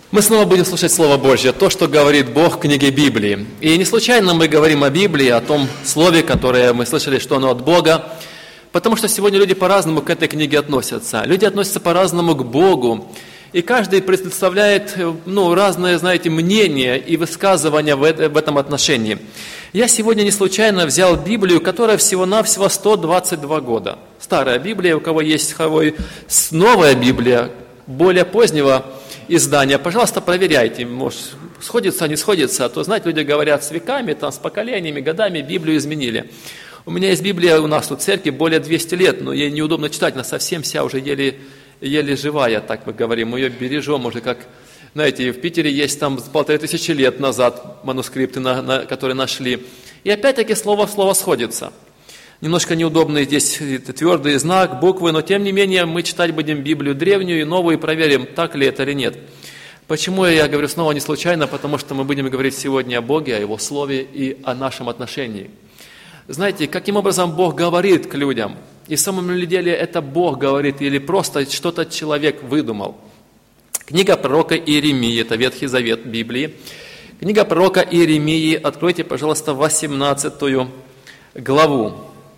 Мы снова будем слушать Слово Божье, то, что говорит Бог в книге Библии. И не случайно мы говорим о Библии, о том Слове, которое мы слышали, что оно от Бога, потому что сегодня люди по-разному к этой книге относятся. Люди относятся по-разному к Богу, и каждый представляет разные, мнения и высказывания в этом отношении. Я сегодня не случайно взял Библию, которая всего-навсего 122 года. Старая Библия, у кого есть новая Библия, более позднего издания, пожалуйста, проверяйте, может, сходится, не сходится, а то, знаете, люди говорят с веками, с поколениями, годами Библию изменили. У меня есть Библия у нас тут в церкви более 200 лет, но ей неудобно читать, она совсем вся уже еле живая, так мы говорим, мы ее бережем уже как, знаете, в Питере есть там 1500 лет назад манускрипты, которые нашли, и опять-таки слово в слово сходится. Немножко неудобный здесь твердый знак, буквы, но тем не менее мы читать будем Библию древнюю и новую и проверим, так ли это или нет. Почему я говорю снова не случайно? Потому что мы будем говорить сегодня о Боге, о Его Слове и о нашем отношении. Знаете, каким образом Бог говорит к людям? И в самом деле это Бог говорит или просто что-то человек выдумал? Книга пророка Иеремии, это Ветхий Завет Библии. Книга пророка Иеремии, откройте, пожалуйста, 18 главу.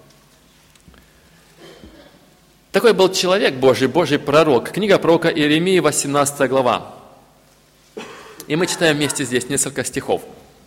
Такой был человек Божий пророк. Книга пророка Иеремии, 18 глава. И мы читаем вместе здесь несколько стихов.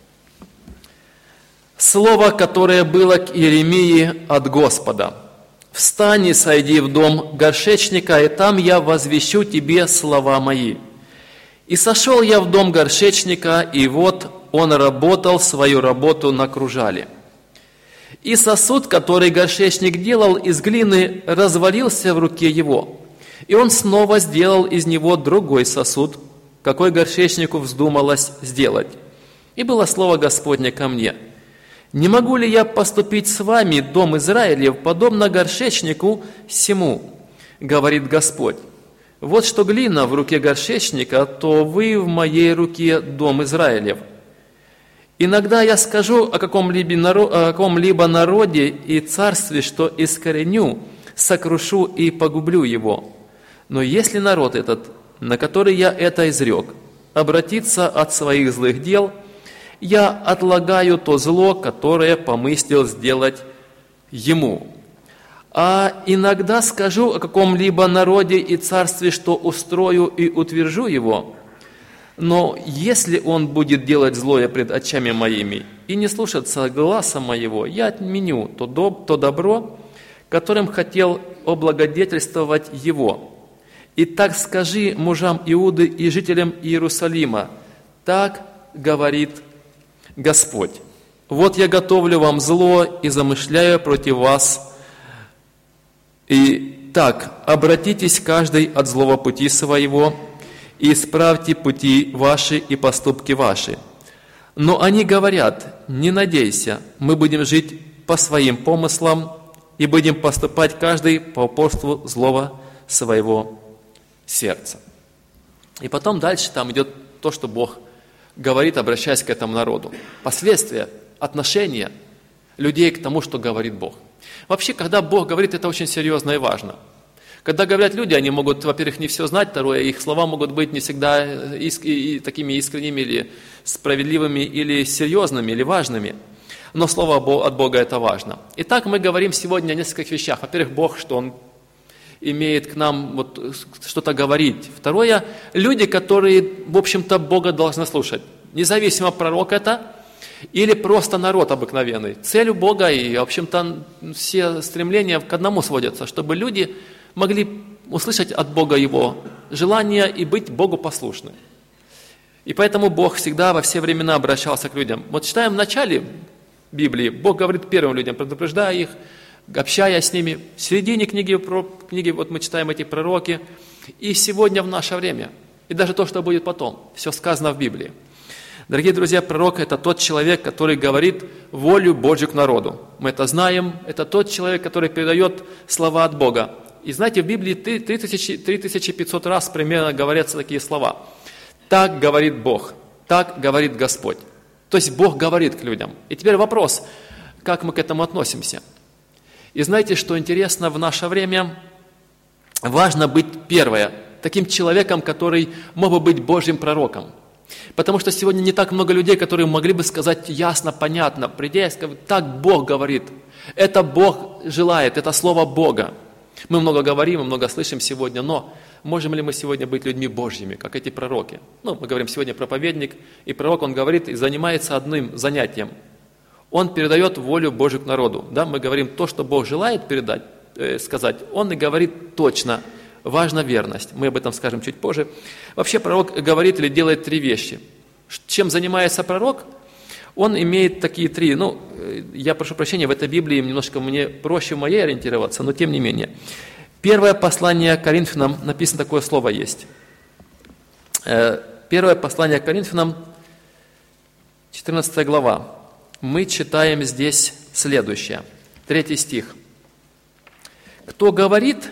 «Слово, которое было к Иеремии от Господа. Встань и сойди в дом горшечника, и там я возвещу тебе слова мои. И сошел я в дом горшечника, и вот он работал свою работу на кружале. И сосуд, который горшечник делал из глины, развалился в руке его. И он снова сделал из него другой сосуд, какой горшечнику вздумалось сделать. И было слово Господне ко мне: не могу ли я поступить с вами, дом Израилев, подобно горшечнику сему, говорит Господь. Вот что глина в руке горшечника, то вы в моей руке, дом Израилев. Иногда я скажу о каком-либо народе и царстве, что искореню, сокрушу и погублю его. Но если народ этот, на который я это изрек, обратится от своих злых дел, я отлагаю то зло, которое помыслил сделать ему. А иногда скажу о каком-либо народе и царстве, что устрою и утвержу его. Но если он будет делать злое пред очами моими и не слушаться гласа моего, я отменю то добро, которым хотел облагодетельствовать его. И так скажи мужам Иуды и жителям Иерусалима: так говорит Господь. Вот я готовлю вам зло и замышляю против вас. И так, обратитесь каждый от злого пути своего, и исправьте пути ваши и поступки ваши. Но они говорят: не надейся, мы будем жить по своим помыслам и будем поступать каждый по упорству злого своего сердца. И потом дальше там идет то, что Бог говорит, обращаясь к этому народу. Последствия, отношения людей к тому, что говорит Бог. Вообще, когда Бог говорит, это очень серьезно и важно. Когда говорят люди, они могут, во-первых, не все знать, второе, их слова могут быть не всегда такими искренними или справедливыми, или серьезными, или важными. Но слово от Бога это важно. Итак, мы говорим сегодня о нескольких вещах. Во-первых, Бог, что Он имеет к нам что-то говорить. Второе, люди, которые, в общем-то, Бога должны слушать. Независимо, пророк это или просто народ обыкновенный. Цель у Бога и, в общем-то, все стремления к одному сводятся, чтобы люди могли услышать от Бога Его желание и быть Богу послушны. И поэтому Бог всегда во все времена обращался к людям. Вот читаем в начале Библии, Бог говорит первым людям, предупреждая их, общаясь с ними. В середине книги вот мы читаем эти пророки. И сегодня в наше время, и даже то, что будет потом, все сказано в Библии. Дорогие друзья, пророк – это тот человек, который говорит волю Божью к народу. Мы это знаем, это тот человек, который передает слова от Бога. И знаете, в Библии 3500 раз примерно говорятся такие слова. Так говорит Бог, так говорит Господь. То есть Бог говорит к людям. И теперь вопрос, как мы к этому относимся. И знаете, что интересно, в наше время важно быть, первое, таким человеком, который мог бы быть Божьим пророком. Потому что сегодня не так много людей, которые могли бы сказать ясно, понятно, придя и сказать, так Бог говорит, это Бог желает, это Слово Бога. Мы много говорим, мы много слышим сегодня, но можем ли мы сегодня быть людьми Божьими, как эти пророки? Мы говорим сегодня проповедник, и пророк, он говорит и занимается одним занятием. Он передает волю Божию к народу. Да? Мы говорим то, что Бог желает передать, сказать, он и говорит точно. Важна верность. Мы об этом скажем чуть позже. Вообще пророк говорит или делает 3 вещи. Чем занимается пророк? Он имеет такие 3. Я прошу прощения, в этой Библии немножко мне проще в моей ориентироваться, но тем не менее. Первое послание к Коринфянам, написано такое слово есть. Первое послание к Коринфянам, 14 глава. Мы читаем здесь следующее. 3 стих. Кто говорит...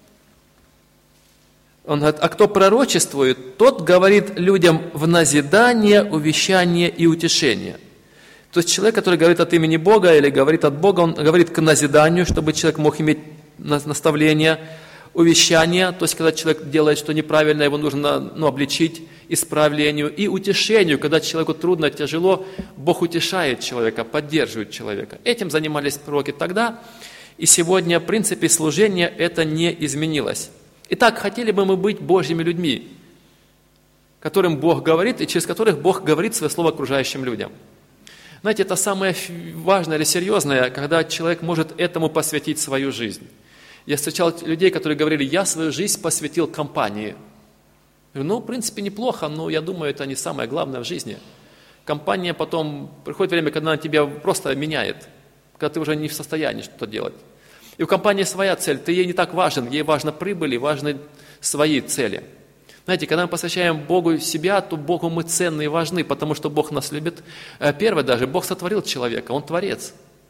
Он говорит, а кто пророчествует, тот говорит людям в назидание, увещание и утешение. То есть человек, который говорит от имени Бога или говорит от Бога, он говорит к назиданию, чтобы человек мог иметь наставление, увещание, то есть когда человек делает что неправильно, его нужно обличить, исправлению, и утешению, когда человеку трудно, тяжело, Бог утешает человека, поддерживает человека. Этим занимались пророки тогда, и сегодня в принципе служение это не изменилось. Итак, хотели бы мы быть Божьими людьми, которым Бог говорит, и через которых Бог говорит свое слово окружающим людям. Знаете, это самое важное или серьезное, когда человек может этому посвятить свою жизнь. Я встречал людей, которые говорили, я свою жизнь посвятил компании. В принципе, неплохо, но я думаю, это не самое главное в жизни. Компания потом, приходит время, когда она тебя просто меняет, когда ты уже не в состоянии что-то делать. И у компании своя цель, ты ей не так важен, ей важна прибыль и важны свои цели. Знаете, когда мы посвящаем Богу себя, то Богу мы ценны и важны, потому что Бог нас любит. Первое даже, Бог сотворил человека, Он творец.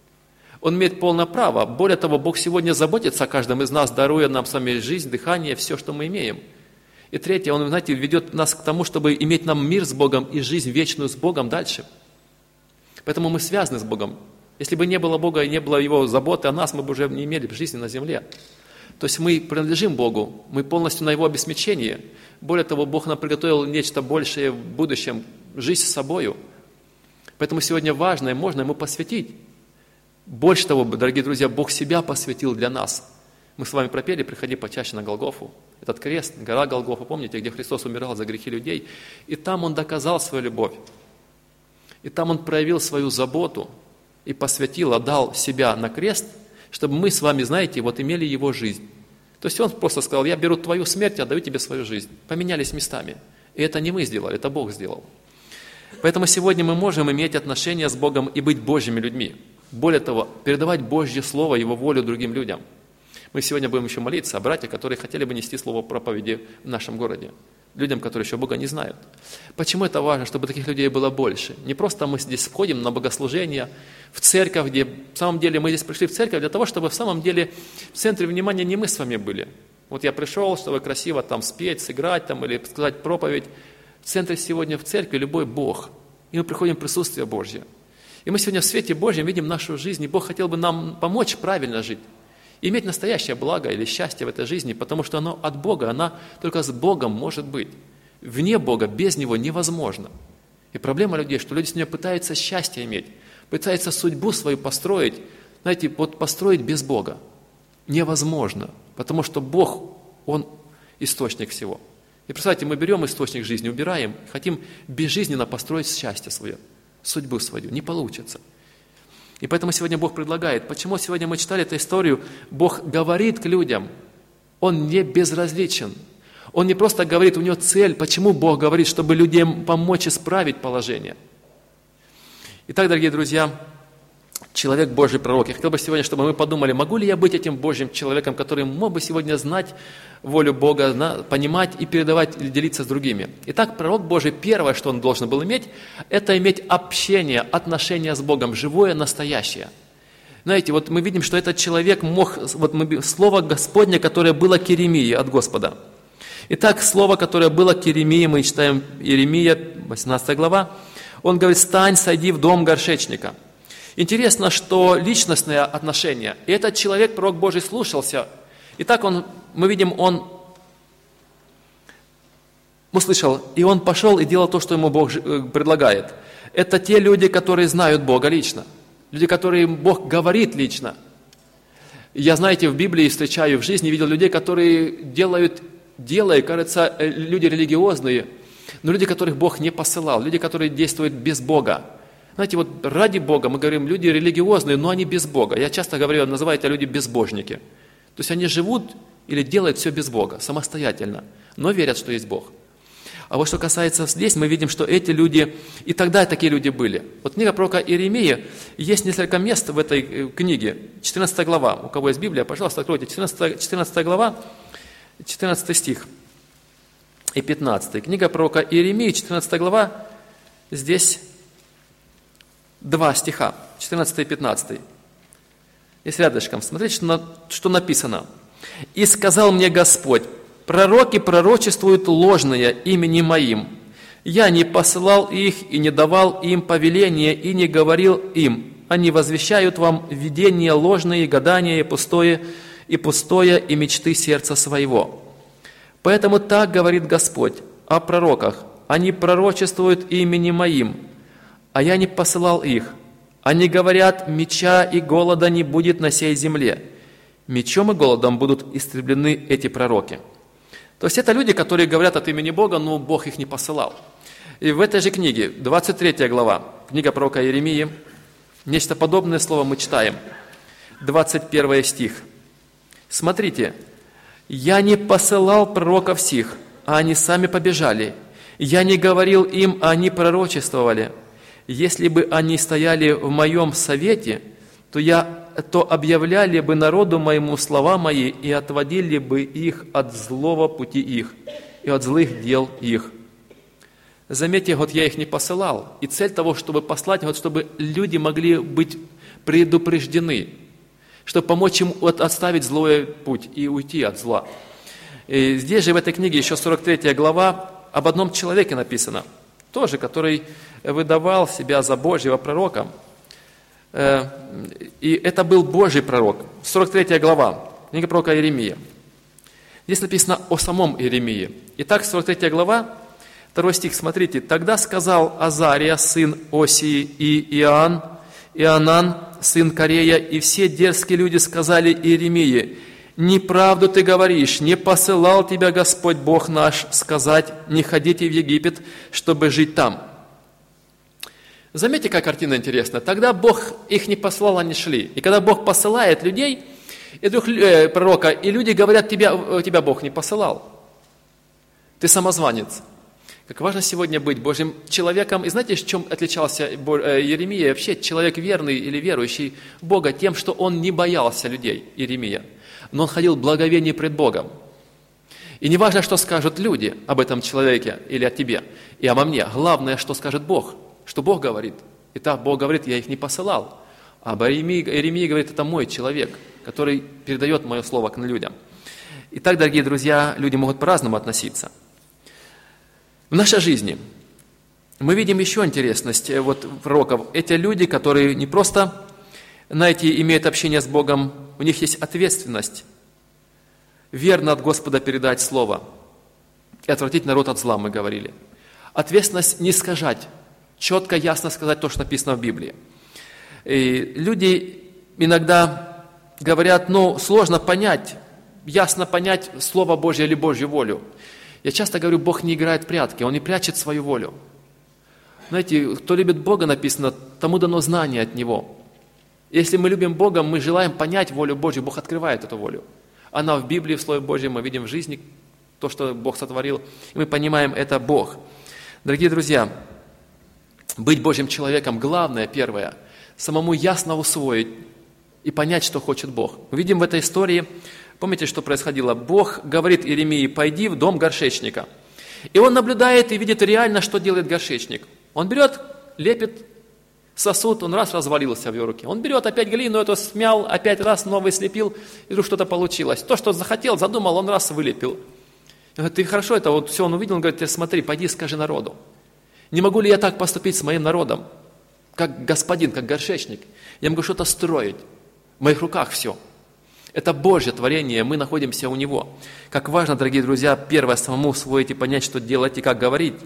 Он имеет полное право. Более того, Бог сегодня заботится о каждом из нас, даруя нам с вами жизнь, дыхание, все, что мы имеем. И третье, Он, ведет нас к тому, чтобы иметь нам мир с Богом и жизнь вечную с Богом дальше. Поэтому мы связаны с Богом. Если бы не было Бога и не было Его заботы о нас, мы бы уже не имели жизни на земле. То есть мы принадлежим Богу, мы полностью на Его обеспечении. Более того, Бог нам приготовил нечто большее в будущем, жизнь с собою. Поэтому сегодня важно и можно Ему посвятить. Больше того, дорогие друзья, Бог себя посвятил для нас. Мы с вами пропели «Приходи почаще на Голгофу». Этот крест, гора Голгофа, помните, где Христос умирал за грехи людей. И там Он доказал свою любовь. И там Он проявил свою заботу. И посвятил, отдал себя на крест, чтобы мы с вами, знаете, имели Его жизнь. То есть Он просто сказал, я беру твою смерть, отдаю тебе свою жизнь. Поменялись местами. И это не мы сделали, это Бог сделал. Поэтому сегодня мы можем иметь отношения с Богом и быть Божьими людьми. Более того, передавать Божье Слово, Его волю другим людям. Мы сегодня будем еще молиться о братьях, которые хотели бы нести слово проповеди в нашем городе. Людям, которые еще Бога не знают. Почему это важно, чтобы таких людей было больше? Не просто мы здесь входим на богослужение, в церковь, где в самом деле мы здесь пришли в церковь для того, чтобы в самом деле в центре внимания не мы с вами были. Я пришел, чтобы красиво там спеть, сыграть там, или сказать проповедь. В центре сегодня в церкви любой Бог. И мы приходим в присутствие Божье. И мы сегодня в свете Божьем видим нашу жизнь, и Бог хотел бы нам помочь правильно жить. И иметь настоящее благо или счастье в этой жизни, потому что оно от Бога, она только с Богом может быть. Вне Бога, без Него невозможно. И проблема людей, что люди сегодня пытаются счастье иметь, пытаются судьбу свою построить, построить без Бога. Невозможно, потому что Бог, Он источник всего. И представьте, мы берем источник жизни, убираем, хотим безжизненно построить счастье свое, судьбу свою. Не получится. И поэтому сегодня Бог предлагает. Почему сегодня мы читали эту историю? Бог говорит к людям. Он не безразличен. Он не просто говорит, у него цель. Почему Бог говорит? Чтобы людям помочь исправить положение. Итак, дорогие друзья, человек Божий пророк. Я хотел бы сегодня, чтобы мы подумали, могу ли я быть этим Божьим человеком, который мог бы сегодня знать волю Бога, понимать и передавать, или делиться с другими. Итак, пророк Божий, первое, что он должен был иметь, это иметь общение, отношение с Богом, живое, настоящее. Знаете, мы видим, что этот человек мог, слово Господне, которое было к Иеремии от Господа. Итак, слово, которое было к Иеремии, мы читаем Иеремия, 18 глава, он говорит, «Стань, сойди в дом горшечника». Интересно, что личностное отношение. И этот человек, пророк Божий, слушался. Итак, мы видим, он услышал, и он пошел и делал то, что ему Бог предлагает. Это те люди, которые знают Бога лично. Люди, которым Бог говорит лично. Я, знаете, в Библии встречаю, в жизни видел людей, которые делают, кажется, люди религиозные, но люди, которых Бог не посылал, люди, которые действуют без Бога. Знаете, вот ради Бога мы говорим, люди религиозные, но они без Бога. Я часто говорю, называю это люди безбожники. То есть они живут или делают все без Бога, самостоятельно, но верят, что есть Бог. А вот что касается здесь, мы видим, что эти люди, и тогда такие люди были. Вот книга пророка Иеремии, есть несколько мест в этой книге, 14 глава. У кого есть Библия, пожалуйста, откройте, 14 глава, 14 стих и 15. Книга пророка Иеремии, 14 глава, здесь 2 стиха, 14 и 15. Здесь рядышком, смотрите, что написано. «И сказал мне Господь, пророки пророчествуют ложное именем моим. Я не посылал их и не давал им повеления и не говорил им. Они возвещают вам видения ложные, гадания и пустое, и мечты сердца своего. Поэтому так говорит Господь о пророках. Они пророчествуют именем моим, а я не посылал их. Они говорят, меча и голода не будет на сей земле. Мечом и голодом будут истреблены эти пророки». То есть это люди, которые говорят от имени Бога, но Бог их не посылал. И в этой же книге, 23 глава, книга пророка Иеремии, нечто подобное слово мы читаем. 21 стих. Смотрите. «Я не посылал пророков сих, а они сами побежали. Я не говорил им, а они пророчествовали. Если бы они стояли в моем совете, то объявляли бы народу моему слова мои и отводили бы их от злого пути их и от злых дел их». Заметьте, вот я их не посылал. И цель того, чтобы послать, вот чтобы люди могли быть предупреждены, чтобы помочь им отставить злой путь и уйти от зла. И здесь же в этой книге еще 43 глава об одном человеке написано, тоже, который выдавал себя за Божьего пророка. И это был Божий пророк. 43 глава, книга пророка Иеремия. Здесь написано о самом Иеремии. Итак, 43 глава, 2 стих, смотрите. «Тогда сказал Азария, сын Осии, и Иоанан, сын Корея, и все дерзкие люди сказали Иеремии, неправду ты говоришь, не посылал тебя Господь Бог наш сказать, не ходите в Египет, чтобы жить там». Заметьте, какая картина интересная. Тогда Бог их не послал, они шли. И когда Бог посылает людей, пророка, и люди говорят, тебя Бог не посылал. Ты самозванец. Как важно сегодня быть Божьим человеком. И знаете, в чем отличался Иеремия? Вообще, человек верный или верующий Бога тем, что он не боялся людей, Иеремия. Но он ходил в благовении пред Богом. И не важно, что скажут люди об этом человеке или о тебе и обо мне. Главное, что скажет Бог. Что Бог говорит. Итак, Бог говорит, я их не посылал. А Иеремия говорит, это мой человек, который передает мое слово к людям. Итак, дорогие друзья, люди могут по-разному относиться. В нашей жизни мы видим еще интересность пророков. Эти люди, которые не просто, знаете, имеют общение с Богом, у них есть ответственность верно от Господа передать слово и отвратить народ от зла, мы говорили. Ответственность не искажать, четко, ясно сказать то, что написано в Библии. И люди иногда говорят, сложно понять, ясно понять Слово Божье или Божью волю. Я часто говорю, Бог не играет в прятки, Он не прячет свою волю. Знаете, кто любит Бога, написано, тому дано знание от Него. Если мы любим Бога, мы желаем понять волю Божью, Бог открывает эту волю. Она в Библии, в Слове Божьем, мы видим в жизни то, что Бог сотворил, и мы понимаем, это Бог. Дорогие друзья, быть Божьим человеком, главное, первое, самому ясно усвоить и понять, что хочет Бог. Мы видим в этой истории, помните, что происходило? Бог говорит Иеремии, пойди в дом горшечника. И он наблюдает и видит реально, что делает горшечник. Он берет, лепит сосуд, он раз развалился в его руке. Он берет опять глину, эту смял, опять раз новый слепил, и вдруг что-то получилось. То, что захотел, задумал, он раз вылепил. Он говорит, ты хорошо это, вот все он увидел, он говорит, смотри, пойди скажи народу. Не могу ли я так поступить с моим народом, как господин, как горшечник? Я могу что-то строить, в моих руках все. Это Божье творение, мы находимся у Него. Как важно, дорогие друзья, первое, самому усвоить и понять, что делать и как говорить.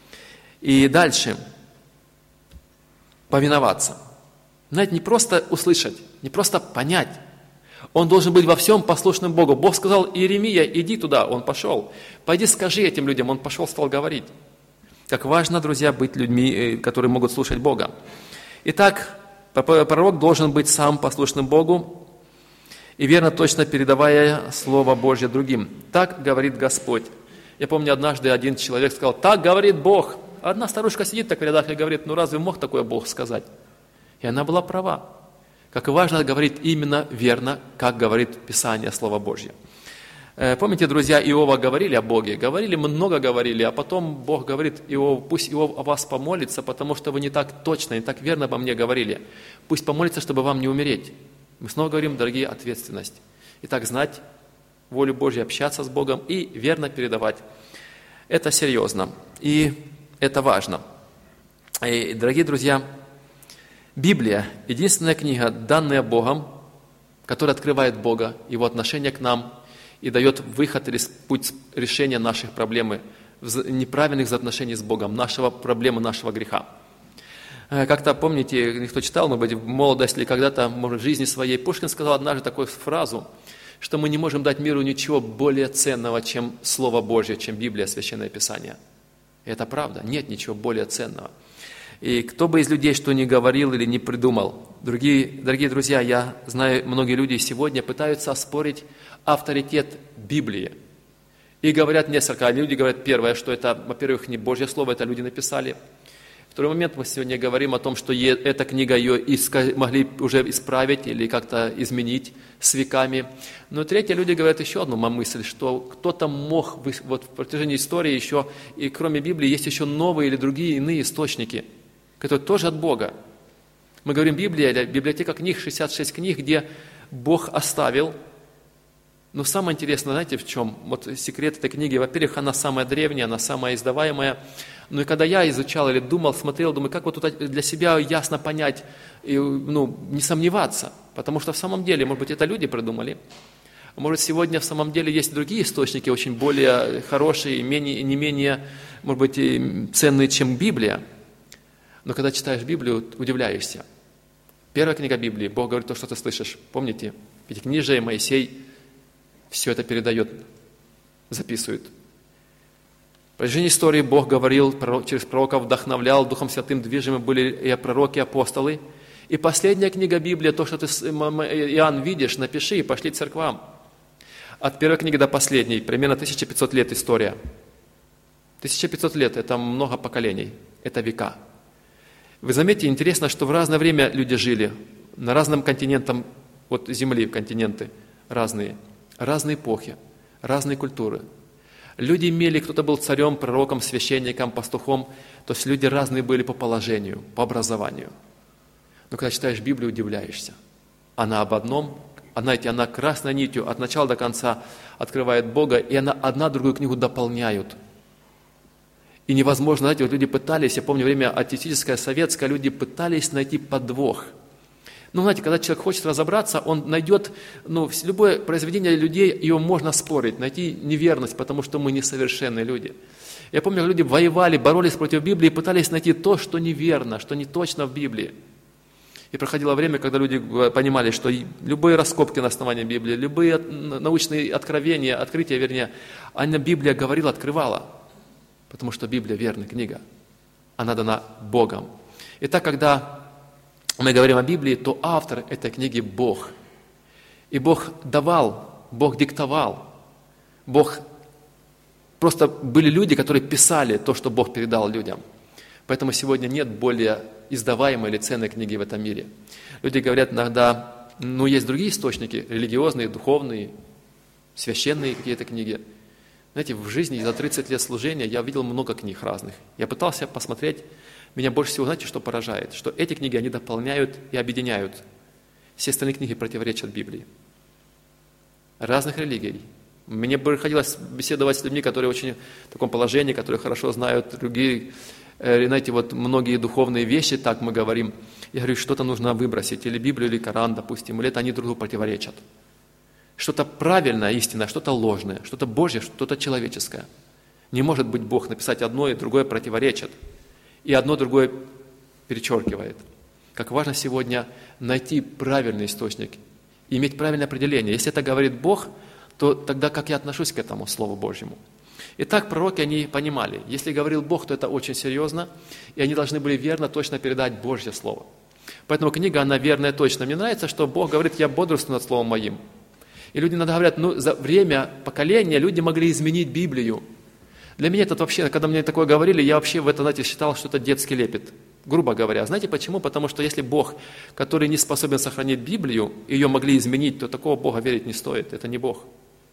И дальше повиноваться. Знаете, не просто услышать, не просто понять. Он должен быть во всем послушным Богу. Бог сказал: Иеремия, иди туда, он пошел. Пойди скажи этим людям, он пошел, стал говорить. Как важно, друзья, быть людьми, которые могут слушать Бога. Итак, пророк должен быть сам послушным Богу и верно, точно передавая Слово Божье другим. Так говорит Господь. Я помню, однажды один человек сказал: так говорит Бог. Одна старушка сидит так в рядах и говорит: ну разве мог такое Бог сказать? И она была права. Как важно говорить именно верно, как говорит Писание, Слово Божье. Помните, друзья, Иова говорили о Боге, много говорили, а потом Бог говорит Иову: пусть Иов о вас помолится, потому что вы не так точно, не так верно обо мне говорили. Пусть помолится, чтобы вам не умереть. Мы снова говорим, дорогие, ответственность. Итак, знать волю Божью, общаться с Богом и верно передавать. Это серьезно и это важно. И, дорогие друзья, Библия – единственная книга, данная Богом, которая открывает Бога, Его отношение к нам и дает выход или путь решения наших проблем, неправильных взаимоотношений с Богом, нашего проблемы, нашего греха. Как-то, помните, кто читал, может быть, в молодости или когда-то, может, в жизни своей, Пушкин сказал однажды такую фразу, что мы не можем дать миру ничего более ценного, чем Слово Божье, чем Библия, Священное Писание. И это правда, нет ничего более ценного. И кто бы из людей что ни говорил или не придумал, дорогие друзья, я знаю, многие люди сегодня пытаются оспорить авторитет Библии. И говорят несколько, люди говорят, первое, что это, во-первых, не Божье Слово, это люди написали. Второй момент, мы сегодня говорим о том, что эта книга ее могли уже исправить или как-то изменить с веками. Но третье, люди говорят еще одну мысль, что кто-то мог вот в протяжении истории еще, и кроме Библии, есть еще новые или другие иные источники, которые тоже от Бога. Мы говорим Библия, библиотека книг, 66 книг, где Бог оставил. Но самое интересное, знаете, в чем? Вот секрет этой книги. Во-первых, она самая древняя, она самая издаваемая. Но и когда я изучал или думал, смотрел, думаю, как вот тут для себя ясно понять, и, не сомневаться. Потому что в самом деле, может быть, это люди придумали. Может, сегодня в самом деле есть другие источники, очень более хорошие, не менее, может быть, ценные, чем Библия. Но когда читаешь Библию, удивляешься. Первая книга Библии, Бог говорит то, что ты слышишь. Помните? Пятикнижие, Моисей все это передает, записывает. В протяжении истории Бог говорил, через пророков вдохновлял, Духом Святым движимы были и пророки, и апостолы. И последняя книга Библии, то, что ты, Иоанн, видишь, напиши и пошли церквам. От первой книги до последней, примерно 1500 лет история. 1500 лет – это много поколений, это века. Вы заметите, интересно, что в разное время люди жили, на разном континентах, вот Земли, континенты разные эпохи, разные культуры. Люди имели, кто-то был царем, пророком, священником, пастухом, то есть люди разные были по положению, по образованию. Но когда читаешь Библию, удивляешься. Она об одном, она красной нитью от начала до конца открывает Бога, и она одна другую книгу дополняют. И невозможно, знаете, вот люди пытались, я помню, время атеистическое, советское, люди пытались найти подвох. Знаете, когда человек хочет разобраться, он найдет, любое произведение людей, его можно спорить, найти неверность, потому что мы несовершенные люди. Я помню, люди воевали, боролись против Библии, пытались найти то, что неверно, что не точно в Библии. И проходило время, когда люди понимали, что любые раскопки на основании Библии, любые научные откровения, открытия, вернее, Библия говорила, открывала. Потому что Библия верная книга. Она дана Богом. Итак, когда мы говорим о Библии, то автор этой книги Бог. И Бог давал, Бог диктовал. Просто были люди, которые писали то, что Бог передал людям. Поэтому сегодня нет более издаваемой или ценной книги в этом мире. Люди говорят иногда, есть другие источники, религиозные, духовные, священные какие-то книги. Знаете, в жизни за 30 лет служения я видел много книг разных. Я пытался посмотреть, меня больше всего, знаете, что поражает? Что эти книги, они дополняют и объединяют. Все остальные книги противоречат Библии. Разных религий. Мне приходилось беседовать с людьми, которые очень в таком положении, которые хорошо знают другие, знаете, вот многие духовные вещи, так мы говорим. Я говорю, что-то нужно выбросить, или Библию, или Коран, допустим, или это они друг другу противоречат. что-то правильное, истинное, что-то ложное, что-то Божье, что-то человеческое. Не может быть Бог написать одно, и другое противоречит. И одно другое перечеркивает. Как важно сегодня найти правильный источник, и иметь правильное определение. Если это говорит Бог, то тогда как я отношусь к этому Слову Божьему? Итак, пророки, они понимали, если говорил Бог, то это очень серьезно, и они должны были верно, точно передать Божье Слово. Поэтому книга, она верная, точно. Мне нравится, что Бог говорит, я бодрствую над Словом Моим. И люди иногда говорят, за время поколения люди могли изменить Библию. Для меня это вообще, когда мне такое говорили, я вообще в это, знаете, считал, что это детский лепет. Грубо говоря. Знаете почему? Потому что если Бог, который не способен сохранить Библию, ее могли изменить, то такого Бога верить не стоит. Это не Бог.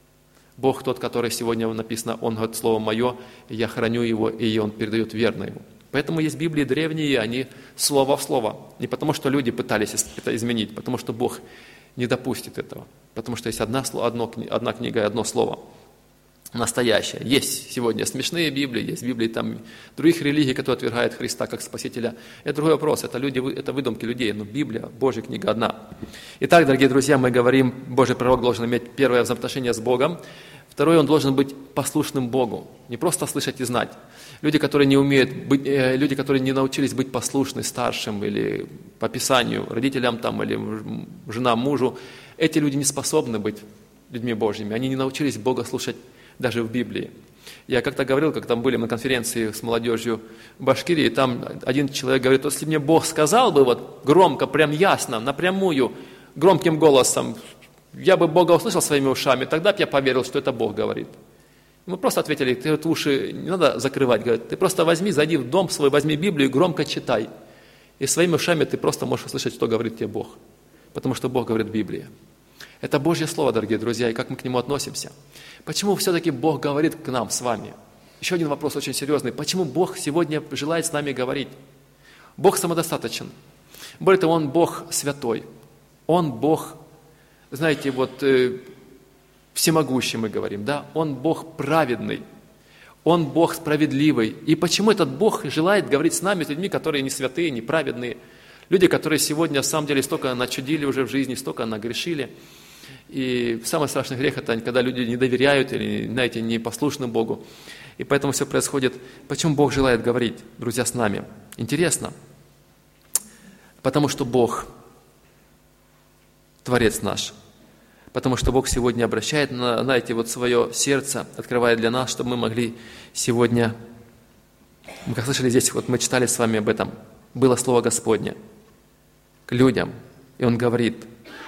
Бог тот, который сегодня написано, Он говорит, Слово Мое, я храню Его, и Он передает верно Ему. Поэтому есть Библии древние, они слово в слово. Не потому, что люди пытались это изменить, потому что Бог не допустит этого. Потому что есть одна книга и одно слово. Настоящее. Есть сегодня смешные Библии, есть Библии там других религий, которые отвергают Христа как Спасителя. Это другой вопрос, это выдумки людей, но Библия, Божья книга одна. Итак, дорогие друзья, мы говорим, Божий пророк должен иметь первое взаимоотношение с Богом, второе, он должен быть послушным Богу, не просто слышать и знать. Люди, которые люди, которые не научились быть послушны старшим или по Писанию, родителям там, или женам, мужу, эти люди не способны быть людьми Божьими, они не научились Бога слушать даже в Библии. Я как-то говорил, как там были на конференции с молодежью в Башкирии, там один человек говорит, если мне Бог сказал бы вот громко, прям ясно, напрямую, громким голосом, я бы Бога услышал своими ушами, тогда бы я поверил, что это Бог говорит. Мы просто ответили, ты вот уши не надо закрывать, говорят, ты просто возьми, зайди в дом свой, возьми Библию и громко читай. И своими ушами ты просто можешь услышать, что говорит тебе Бог. Потому что Бог говорит в Библии. Это Божье Слово, дорогие друзья, и как мы к нему относимся. Почему все-таки Бог говорит к нам с вами? Еще один вопрос очень серьезный. Почему Бог сегодня желает с нами говорить? Бог самодостаточен. Более того, Он Бог святой. Он Бог, знаете, вот всемогущий мы говорим, да? Он Бог праведный. Он Бог справедливый. И почему этот Бог желает говорить с нами, с людьми, которые не святые, не праведные? Люди, которые сегодня, на самом деле, столько начудили уже в жизни, столько нагрешили. И самый страшный грех – это когда люди не доверяют или, знаете, не послушны Богу. И поэтому все происходит. Почему Бог желает говорить, друзья, с нами? Интересно. Потому что Бог – Творец наш. Потому что Бог сегодня обращает, знаете, вот свое сердце, открывает для нас, чтобы мы могли сегодня… Мы как слышали здесь, вот мы читали с вами об этом. Было Слово Господне к людям. И Он говорит,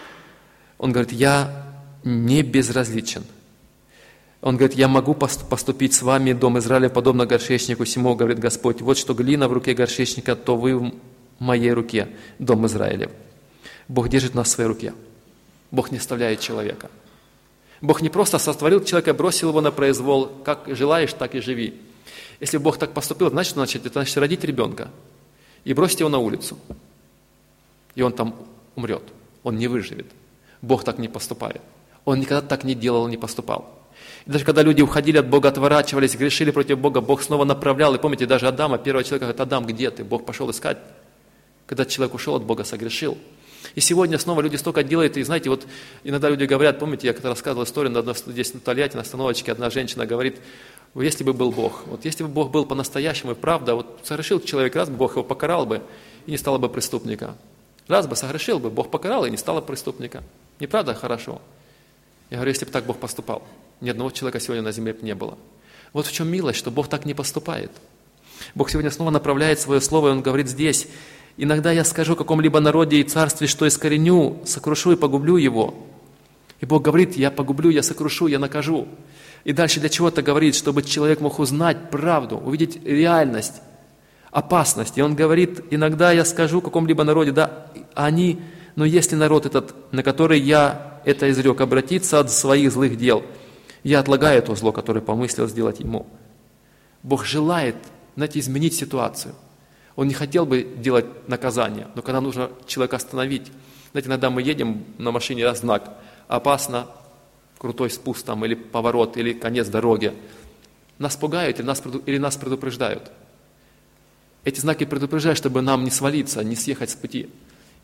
я не безразличен. Он говорит, я могу поступить с вами, дом Израиля, подобно горшечнику сему, говорит Господь. Вот что глина в руке горшечника, то вы в моей руке, дом Израилев. Бог держит нас в своей руке. Бог не оставляет человека. Бог не просто сотворил человека, бросил его на произвол. Как желаешь, так и живи. Если Бог так поступил, это значит родить ребенка и бросить его на улицу. И он там умрет. Он не выживет. Бог так не поступает. Он никогда так не делал, не поступал. И даже когда люди уходили от Бога, отворачивались, грешили против Бога, Бог снова направлял. И помните, даже Адама, первого человека, говорит, Адам, где ты? Бог пошел искать. Когда человек ушел от Бога, согрешил. И сегодня снова люди столько делают, и знаете, вот иногда люди говорят, помните, я когда рассказывал историю, здесь на Тольятти, на остановочке, одна женщина говорит, если бы был Бог, вот если бы Бог был по-настоящему и правда, вот согрешил человек, раз бы Бог его покарал бы, и не стало бы преступника. Раз бы согрешил бы, Бог покарал, и не стало преступника. Не правда? Хорошо. Я говорю, если бы так Бог поступал, ни одного человека сегодня на земле бы не было. Вот в чем милость, что Бог так не поступает. Бог сегодня снова направляет свое слово, и Он говорит здесь, иногда я скажу о каком-либо народе и царстве, что искореню, сокрушу и погублю его. И Бог говорит, я погублю, я сокрушу, я накажу. И дальше для чего-то говорит, чтобы человек мог узнать правду, увидеть реальность, опасность. И Он говорит, иногда я скажу о каком-либо народе, да, но если народ этот, на который я это изрек, обратится от своих злых дел, я отлагаю то зло, которое помыслил сделать ему. Бог желает, знаете, изменить ситуацию. Он не хотел бы делать наказание, но когда нужно человека остановить. Знаете, иногда мы едем на машине, раз знак, опасно, крутой спуск там, или поворот, или конец дороги. Нас пугают или нас предупреждают. Эти знаки предупреждают, чтобы нам не свалиться, не съехать с пути.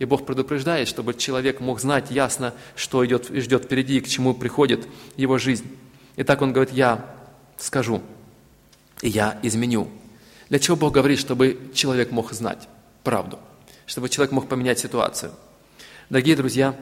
И Бог предупреждает, чтобы человек мог знать ясно, что идет и ждет впереди, и к чему приходит его жизнь. И так Он говорит: «Я скажу, и я изменю». Для чего Бог говорит? Чтобы человек мог знать правду, чтобы человек мог поменять ситуацию. Дорогие друзья,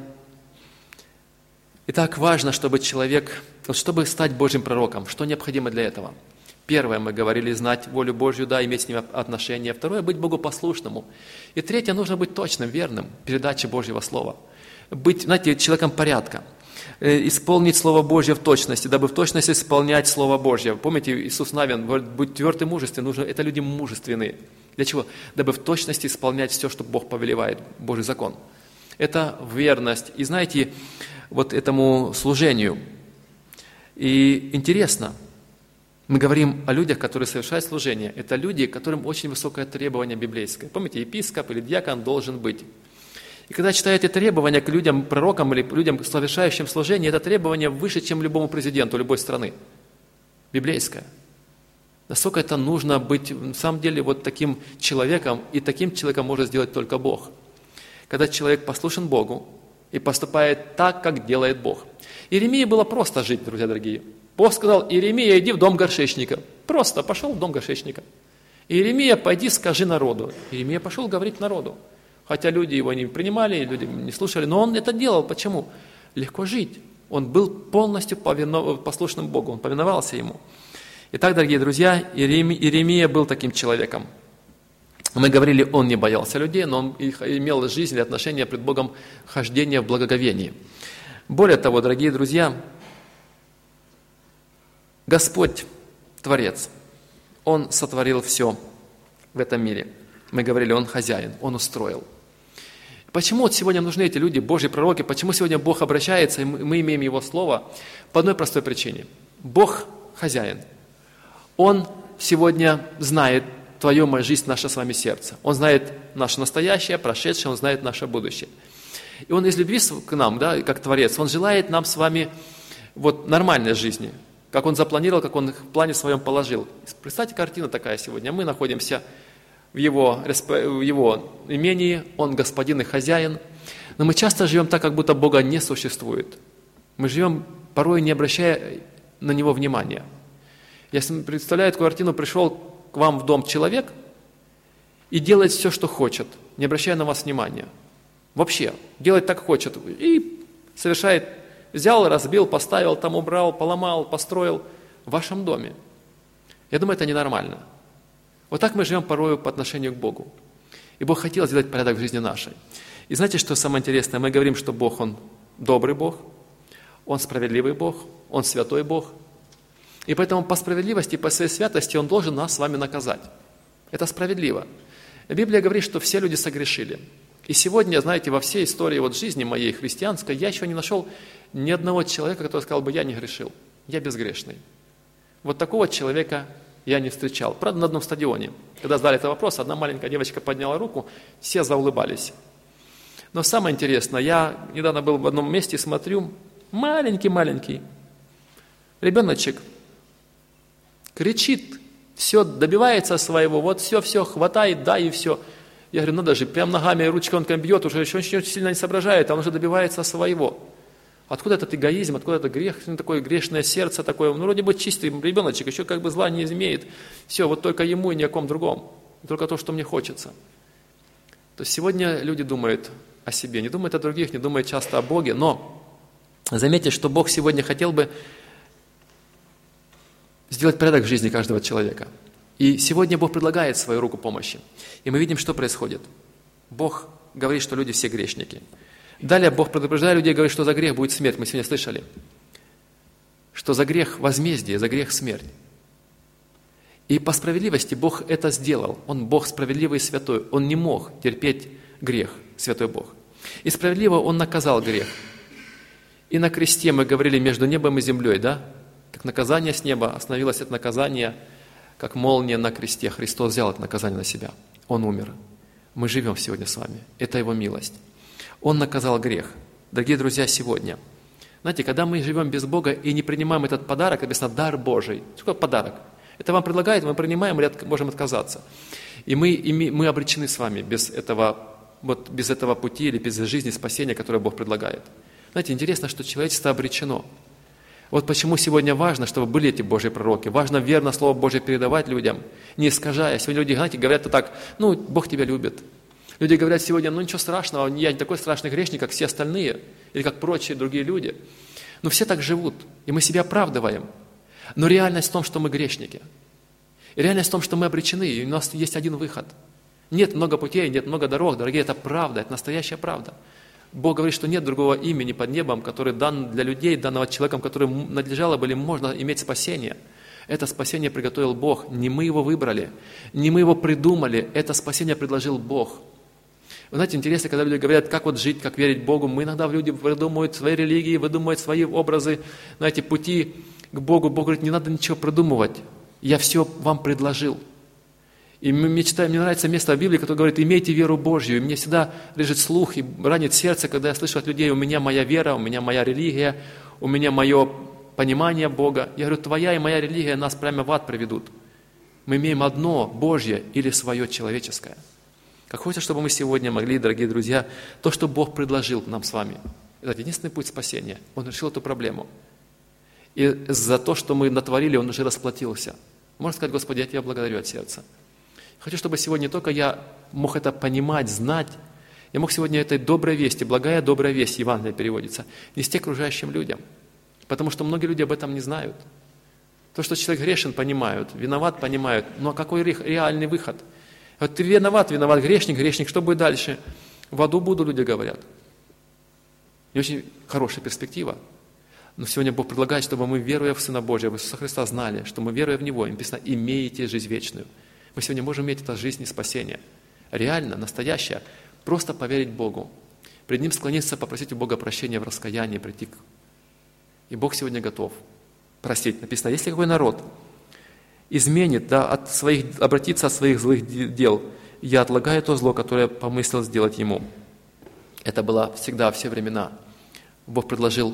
итак, важно, чтобы человек, чтобы стать Божьим пророком, что необходимо для этого? Первое, мы говорили, знать волю Божью, да, иметь с Ним отношения. Второе, быть Богу послушному. И третье, нужно быть точным, верным в передаче Божьего Слова. Быть, знаете, человеком порядка. Исполнить Слово Божье в точности, дабы в точности исполнять Слово Божье. Помните, Иисус Навин говорит: будь тверд и мужествен. Это люди мужественные. Для чего? Дабы в точности исполнять все, что Бог повелевает, Божий закон. Это верность. И знаете, вот этому служению. И интересно, мы говорим о людях, которые совершают служение. Это люди, которым очень высокое требование библейское. Помните, епископ или диакон должен быть. И когда читают это требование к людям, пророкам или людям, совершающим служение, это требование выше, чем любому президенту любой страны. Библейское. Насколько это нужно быть, на самом деле, вот таким человеком, и таким человеком может сделать только Бог. Когда человек послушен Богу и поступает так, как делает Бог. Иеремии было просто жить, друзья дорогие. Бог сказал: Иеремия, иди в дом горшечника. Просто пошел в дом горшечника. Иеремия, пойди скажи народу. Иеремия пошел говорить народу. Хотя люди его не принимали, люди не слушали, но он это делал. Почему? Легко жить. Он был полностью послушным Богу, он повиновался Ему. Итак, дорогие друзья, Иеремия был таким человеком. Мы говорили, он не боялся людей, но он имел жизнь и отношения пред Богом, хождение в благоговении. Более того, дорогие друзья, Господь, Творец, Он сотворил все в этом мире. Мы говорили, Он хозяин, Он устроил. Почему вот сегодня нужны эти люди, Божьи пророки? Почему сегодня Бог обращается, и мы имеем Его Слово? По одной простой причине. Бог хозяин. Он сегодня знает твою, мою жизнь, наше с вами сердце. Он знает наше настоящее, прошедшее, Он знает наше будущее. И Он из любви к нам, да, как Творец, Он желает нам с вами вот нормальной жизни, как Он запланировал, как Он в плане своем положил. Представьте, картина такая сегодня. Мы находимся в его имении, Он господин и хозяин, но мы часто живем так, как будто Бога не существует. Мы живем, порой не обращая на Него внимания. Если представляю такую картину, пришел к вам в дом человек и делает все, что хочет, не обращая на вас внимания. Вообще, делает так хочет и совершает, взял, разбил, поставил, там убрал, поломал, построил в вашем доме. Я думаю, это ненормально. Вот так мы живем порою по отношению к Богу. И Бог хотел сделать порядок в жизни нашей. И знаете, что самое интересное? Мы говорим, что Бог, Он добрый Бог, Он справедливый Бог, Он святой Бог. И поэтому по справедливости и по своей святости Он должен нас с вами наказать. Это справедливо. Библия говорит, что все люди согрешили. И сегодня, знаете, во всей истории вот жизни моей христианской я еще не нашел ни одного человека, который сказал бы: я не грешил, я безгрешный. Вот такого человека я не встречал. Правда, на одном стадионе, когда задали этот вопрос, одна маленькая девочка подняла руку, все заулыбались. Но самое интересное, я недавно был в одном месте, смотрю, маленький ребеночек кричит, все добивается своего, вот все, хватает, да, и все. Я говорю, надо же, прям ногами, ручкой он бьет, уже еще очень сильно не соображает, а он уже добивается своего. Откуда этот эгоизм, откуда это грех, такое грешное сердце такое, ну вроде бы чистый ребеночек, еще как бы зла не имеет. Все, вот только ему и ни о ком другом, только то, что мне хочется. То есть сегодня люди думают о себе, не думают о других, не думают часто о Боге, но заметьте, что Бог сегодня хотел бы сделать порядок в жизни каждого человека. И сегодня Бог предлагает свою руку помощи. И мы видим, что происходит. Бог говорит, что люди все грешники. Далее Бог предупреждает людей, говорит, что за грех будет смерть. Мы сегодня слышали, что за грех возмездие, за грех смерть. И по справедливости Бог это сделал. Он Бог справедливый и святой. Он не мог терпеть грех, святой Бог. И справедливо Он наказал грех. И на кресте мы говорили между небом и землей, да? Как наказание с неба остановилось это наказание, как молния на кресте. Христос взял это наказание на себя. Он умер. Мы живем сегодня с вами. Это Его милость. Он наказал грех. Дорогие друзья, сегодня, знаете, когда мы живем без Бога и не принимаем этот подарок, написано «дар Божий». Что такое подарок? Это вам предлагают, мы принимаем или можем отказаться. И мы обречены с вами без этого вот без этого пути или без жизни спасения, которое Бог предлагает. Знаете, интересно, что человечество обречено. Вот почему сегодня важно, чтобы были эти Божьи пророки. Важно верно Слово Божье передавать людям, не искажая. Сегодня люди, знаете, говорят так, Бог тебя любит. Люди говорят сегодня, ничего страшного, я не такой страшный грешник, как все остальные, или как прочие другие люди. Но все так живут, и мы себя оправдываем. Но реальность в том, что мы грешники. И реальность в том, что мы обречены, и у нас есть один выход. Нет много путей, нет много дорог, дорогие, это правда, это настоящая правда. Бог говорит, что нет другого имени под небом, который дан для людей, данного человеком, которому надлежало бы или можно иметь спасение. Это спасение приготовил Бог, не мы его выбрали, не мы его придумали, это спасение предложил Бог. Вы знаете, интересно, когда люди говорят, как вот жить, как верить Богу, мы иногда люди выдумывают свои религии, выдумывают свои образы, знаете, пути к Богу. Бог говорит, не надо ничего придумывать, я все вам предложил. И мне нравится место в Библии, которое говорит, имейте веру Божью. И мне всегда лежит слух и ранит сердце, когда я слышу от людей, у меня моя вера, у меня моя религия, у меня мое понимание Бога. Я говорю, твоя и моя религия нас прямо в ад приведут. Мы имеем одно Божье или свое человеческое. Как хочется, чтобы мы сегодня могли, дорогие друзья, то, что Бог предложил нам с вами, это единственный путь спасения. Он решил эту проблему. И за то, что мы натворили, Он уже расплатился. Можно сказать, Господи, я Тебя благодарю от сердца. Хочу, чтобы сегодня не только я мог это понимать, знать, я мог сегодня этой доброй вести, благая добрая весть, Евангелие переводится, нести окружающим людям. Потому что многие люди об этом не знают. То, что человек грешен, понимают, виноват, понимают, но какой реальный выход? Вот ты виноват, грешник, что будет дальше? В аду буду, люди говорят. И очень хорошая перспектива. Но сегодня Бог предлагает, чтобы мы, веруя в Сына Божия, в Иисуса Христа, знали, что мы, веруя в Него, им написано, имеете жизнь вечную. Мы сегодня можем иметь эту жизнь и спасение. Реально, настоящее. Просто поверить Богу. Пред Ним склониться, попросить у Бога прощения в раскаянии, прийти. И Бог сегодня готов простить. Написано, если какой народ изменит, обратится от своих злых дел, я отлагаю то зло, которое помыслил сделать ему. Это было всегда, во все времена. Бог предложил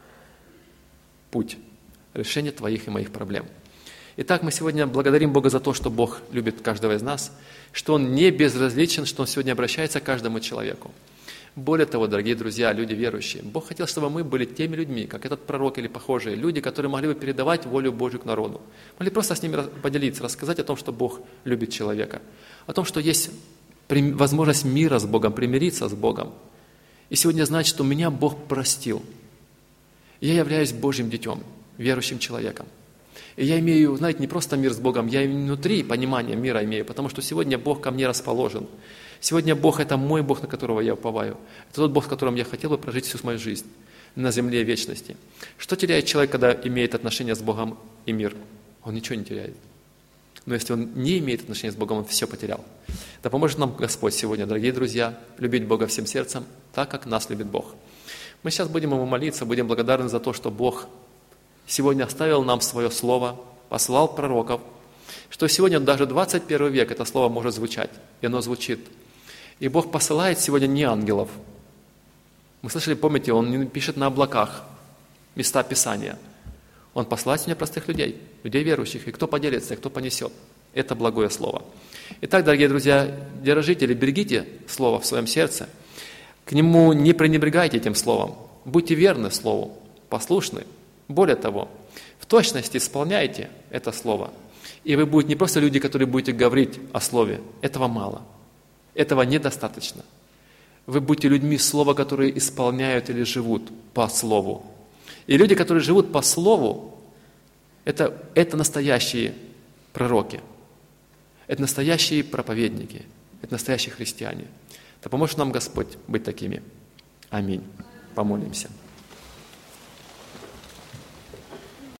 путь решения твоих и моих проблем. Итак, мы сегодня благодарим Бога за то, что Бог любит каждого из нас, что Он не безразличен, что Он сегодня обращается к каждому человеку. Более того, дорогие друзья, люди верующие, Бог хотел, чтобы мы были теми людьми, как этот пророк или похожие люди, которые могли бы передавать волю Божью к народу. Могли просто с ними поделиться, рассказать о том, что Бог любит человека, о том, что есть возможность мира с Богом, примириться с Богом. И сегодня знать, что меня Бог простил. Я являюсь Божьим детем, верующим человеком. И я имею, знаете, не просто мир с Богом, я и внутри понимание мира имею, потому что сегодня Бог ко мне расположен. Сегодня Бог – это мой Бог, на которого я уповаю. Это тот Бог, с которым я хотел бы прожить всю мою жизнь на земле вечности. Что теряет человек, когда имеет отношения с Богом и мир? Он ничего не теряет. Но если он не имеет отношения с Богом, он все потерял. Да поможет нам Господь сегодня, дорогие друзья, любить Бога всем сердцем, так, как нас любит Бог. Мы сейчас будем Ему молиться, будем благодарны за то, что Бог сегодня оставил нам Свое Слово, послал пророков, что сегодня даже 21 век это Слово может звучать, и оно звучит. И Бог посылает сегодня не ангелов. Мы слышали, помните, Он не пишет на облаках места Писания. Он посылает сегодня простых людей, людей верующих, и кто поделится, и кто понесет. Это благое Слово. Итак, дорогие друзья, держите или берегите Слово в своем сердце, к нему не пренебрегайте этим Словом, будьте верны Слову, послушны. Более того, в точности исполняйте это Слово. И вы будете не просто люди, которые будете говорить о Слове. Этого мало. Этого недостаточно. Вы будете людьми Слова, которые исполняют или живут по Слову. И люди, которые живут по Слову, это настоящие пророки. Это настоящие проповедники. Это настоящие христиане. Да поможет нам Господь быть такими. Аминь. Помолимся.